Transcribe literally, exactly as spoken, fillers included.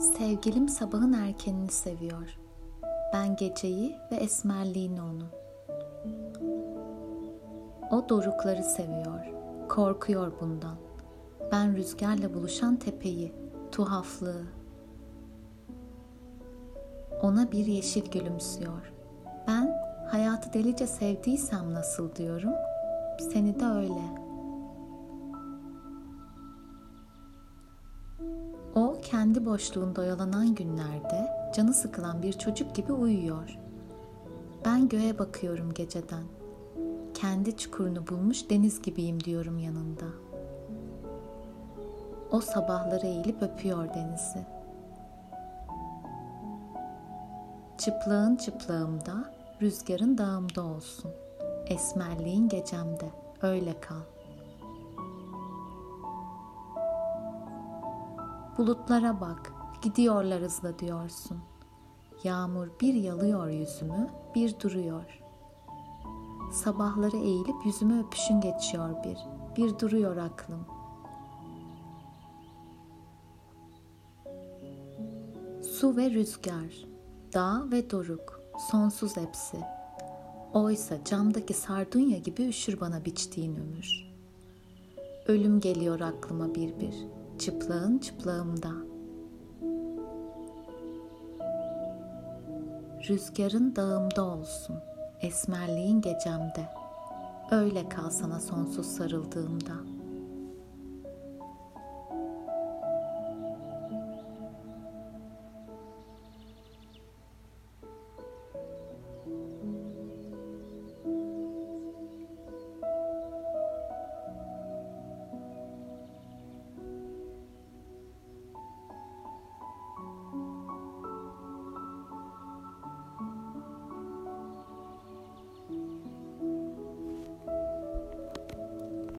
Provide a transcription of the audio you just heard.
Sevgilim sabahın erkenini seviyor. Ben geceyi ve esmerliğini onun. O dorukları seviyor. Korkuyor bundan. Ben rüzgarla buluşan tepeyi, tuhaflığı. Ona bir yeşil gülümsüyor. Ben hayatı delice sevdiysem nasıl diyorum, seni de öyle. O kendi boşluğunda oyalanan günlerde canı sıkılan bir çocuk gibi uyuyor. Ben göğe bakıyorum geceden. Kendi çukurunu bulmuş deniz gibiyim diyorum yanında. O sabahları eğilip öpüyor denizi. Çıplağın çıplağımda, rüzgarın dağımda olsun. Esmerliğin gecemde, öyle kal. Bulutlara bak, gidiyorlar hızla diyorsun. Yağmur bir yalıyor yüzümü, bir duruyor. Sabahları eğilip yüzüme öpüşün geçiyor bir, bir duruyor aklım. Su ve rüzgar, dağ ve doruk, sonsuz hepsi. Oysa camdaki sardunya gibi üşür bana biçtiğin ömür. Ölüm geliyor aklıma bir bir, çıplağın çıplağımda. Rüzgarın dağımda olsun, esmerliğin gecemde. Öyle kal sana sonsuz sarıldığımda.